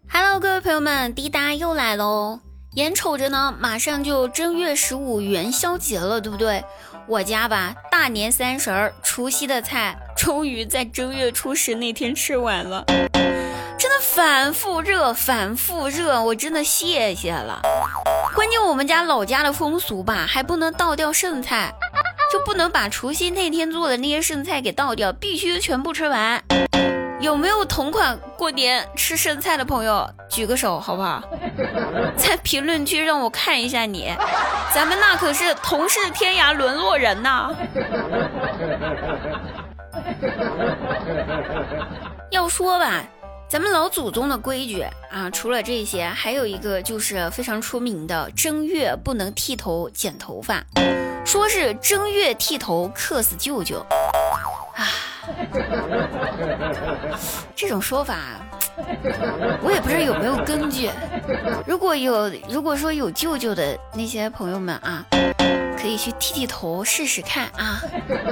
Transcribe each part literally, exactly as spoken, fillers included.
Hello， 各位朋友们，滴答又来喽！眼瞅着呢，马上就正月十五元宵节了，对不对？我家吧，大年三十儿、除夕的菜，终于在正月初十那天吃完了。真的反复热，反复热，我真的谢谢了。关键我们家老家的风俗吧，还不能倒掉剩菜，就不能把除夕那天做的那些剩菜给倒掉，必须全部吃完。有没有同款过年吃剩菜的朋友举个手好不好？在评论区让我看一下你，咱们那可是同是天涯沦落人呐。要说吧，咱们老祖宗的规矩啊，除了这些，还有一个就是非常出名的正月不能剃头剪头发，说是正月剃头克死舅舅啊。这种说法我也不知道有没有根据，如果有如果说有舅舅的那些朋友们啊，可以去剃剃头试试看啊。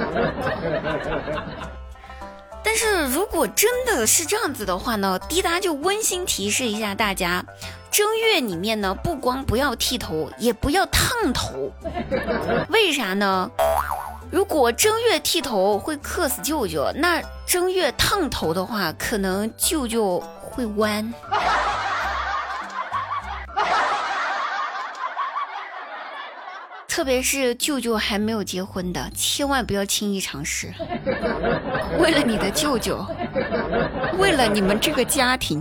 但是如果真的是这样子的话呢，滴答就温馨提示一下大家，正月里面呢，不光不要剃头，也不要烫头。为啥呢？如果正月剃头会克死舅舅，那正月烫头的话，可能舅舅会弯。特别是舅舅还没有结婚的，千万不要轻易尝试。为了你的舅舅，为了你们这个家庭。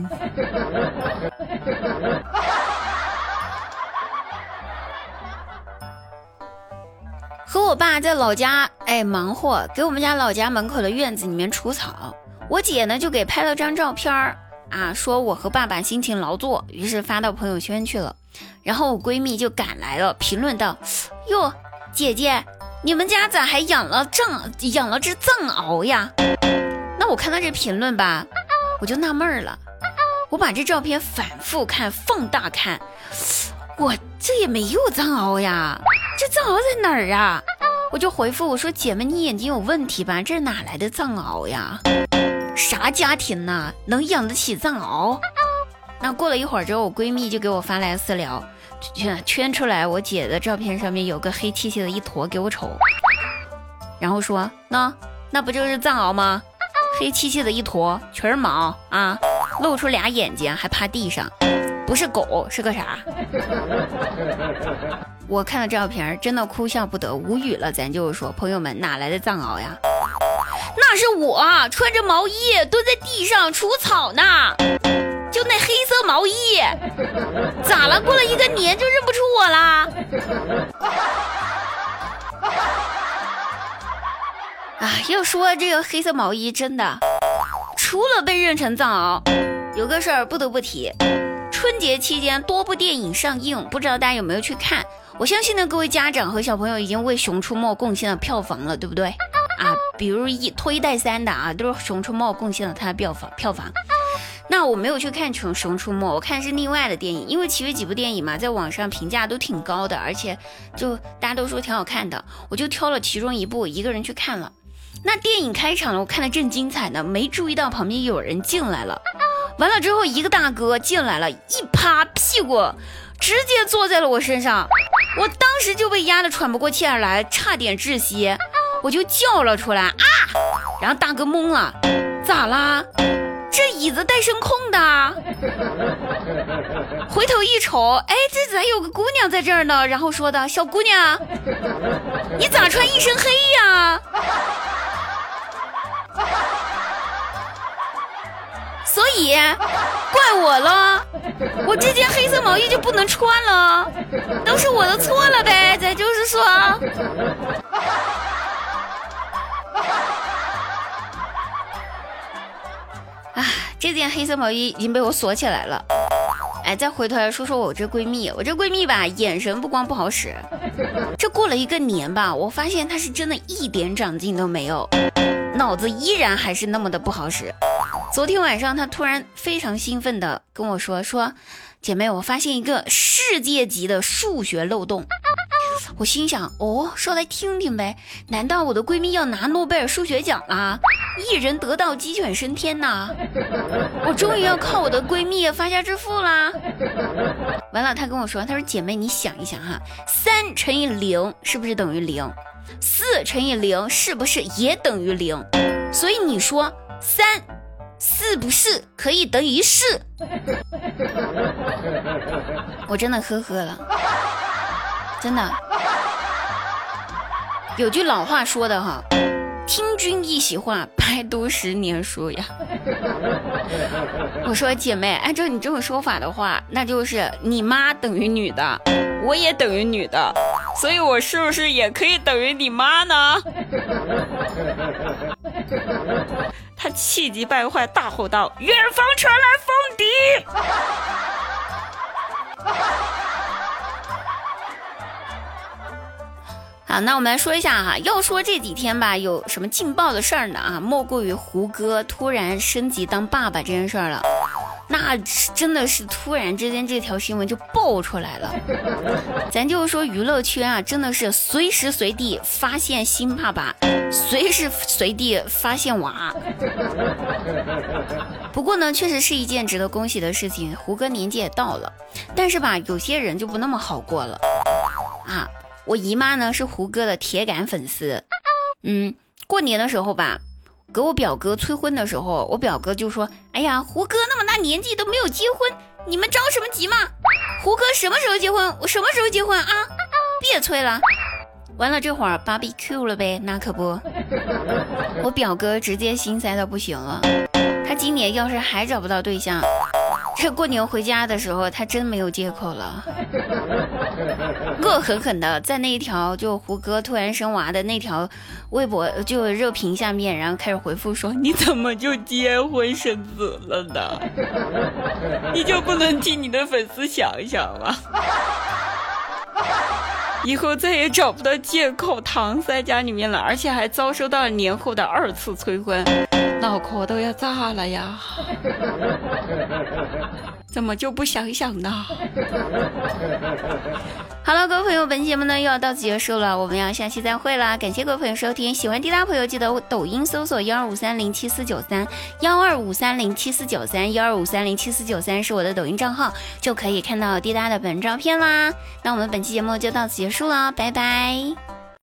和我爸在老家哎忙活，给我们家老家门口的院子里面除草。我姐呢就给拍了张照片啊，说我和爸爸辛勤劳作，于是发到朋友圈去了。然后我闺蜜就赶来了，评论道：哟，姐姐，你们家咋还养了藏养了只藏獒呀？那我看到这评论吧，我就纳闷了。我把这照片反复看，放大看，我这也没有藏獒呀，这藏獒在哪儿啊？我就回复我说：姐们，你眼睛有问题吧？这哪来的藏獒呀？啥家庭呢、啊？能养得起藏獒？那过了一会儿之后，我闺蜜就给我发来私聊，圈出来我姐的照片上面有个黑漆漆的一坨给我瞅，然后说：那那不就是藏獒吗？黑漆漆的一坨，全是毛啊，露出俩眼睛，还趴地上，不是狗是个啥？我看了照片真的哭笑不得，无语了。咱就是说，朋友们，哪来的藏獒呀？那是我穿着毛衣蹲在地上除草呢，就那黑色毛衣，咋了？过了一个年就认不出我啦？啊，要说这个黑色毛衣真的，除了被认成藏獒，有个事儿不得不提。春节期间多部电影上映，不知道大家有没有去看？我相信呢，各位家长和小朋友已经为《熊出没》贡献了票房了，对不对？啊，比如一拖一带三的啊，都是《熊出没》贡献了它的票房票房。那我没有去看《熊熊出没》，我看是另外的电影，因为其余几部电影嘛，在网上评价都挺高的，而且就大家都说挺好看的，我就挑了其中一部，一个人去看了。那电影开场了，我看的正精彩呢，没注意到旁边有人进来了。完了之后，一个大哥进来了，一趴屁股直接坐在了我身上，我当时就被压得喘不过气来，差点窒息，我就叫了出来啊！然后大哥懵了，咋啦？这椅子带声控的。回头一瞅，哎，这咋有个姑娘在这儿呢？然后说的：小姑娘，你咋穿一身黑呀？所以怪我了，我这件黑色毛衣就不能穿了，都是我的错了呗。咱就是说，啊，这件黑色毛衣已经被我锁起来了。哎，再回头来说说我这闺蜜，我这闺蜜吧，眼神不光不好使，这过了一个年吧，我发现她是真的一点长进都没有，脑子依然还是那么的不好使。昨天晚上她突然非常兴奋的跟我说说，姐妹，我发现一个世界级的数学漏洞。我心想，哦，说来听听呗，难道我的闺蜜要拿诺贝尔数学奖啦？ 一人得道鸡犬升天呐！我终于要靠我的闺蜜发家致富啦！完了，她跟我说，她说姐妹你想一想哈，三乘以零是不是等于零？四乘以零是不是也等于零？所以你说三是不是可以等于四？我真的呵呵了，真的。有句老话说的哈，听君一席话，白读十年书呀。我说姐妹，按照你这种说法的话，那就是你妈等于女的，我也等于女的，所以我是不是也可以等于你妈呢？他气急败坏大吼道，远方传来风笛。好，那我们来说一下哈，要说这几天吧有什么劲爆的事儿呢啊，莫过于胡歌突然升级当爸爸这件事儿了。那真的是突然之间这条新闻就爆出来了。咱就是说娱乐圈啊，真的是随时随地发现新爸爸，随时随地发现娃。不过呢，确实是一件值得恭喜的事情，胡歌年纪也到了，但是吧，有些人就不那么好过了啊。我姨妈呢是胡歌的铁杆粉丝，嗯，过年的时候吧，给我表哥催婚的时候，我表哥就说，哎呀，胡歌那么大年纪都没有结婚，你们着什么急嘛？胡歌什么时候结婚？我什么时候结婚啊？别催了。完了这会儿 B B Q 了呗，那可不。我表哥直接心塞到不行了，他今年要是还找不到对象，这过年回家的时候他真没有借口了。恶狠狠的在那一条就胡歌突然生娃的那条微博就热评下面，然后开始回复说，你怎么就结婚生子了呢？你就不能替你的粉丝想一想吗？以后再也找不到借口搪塞家里面了，而且还遭受到了年后的二次催婚，脑壳都要炸了呀！怎么就不想一想呢？好了，各位朋友，本期节目呢又要到此结束了，我们要下期再会啦！感谢各位朋友收听，喜欢滴答朋友记得抖音搜索幺二五三零七四九三幺二五三零七四九三幺二五三零七四九三是我的抖音账号，就可以看到滴答的本人照片啦。那我们本期节目就到此结束了，拜拜。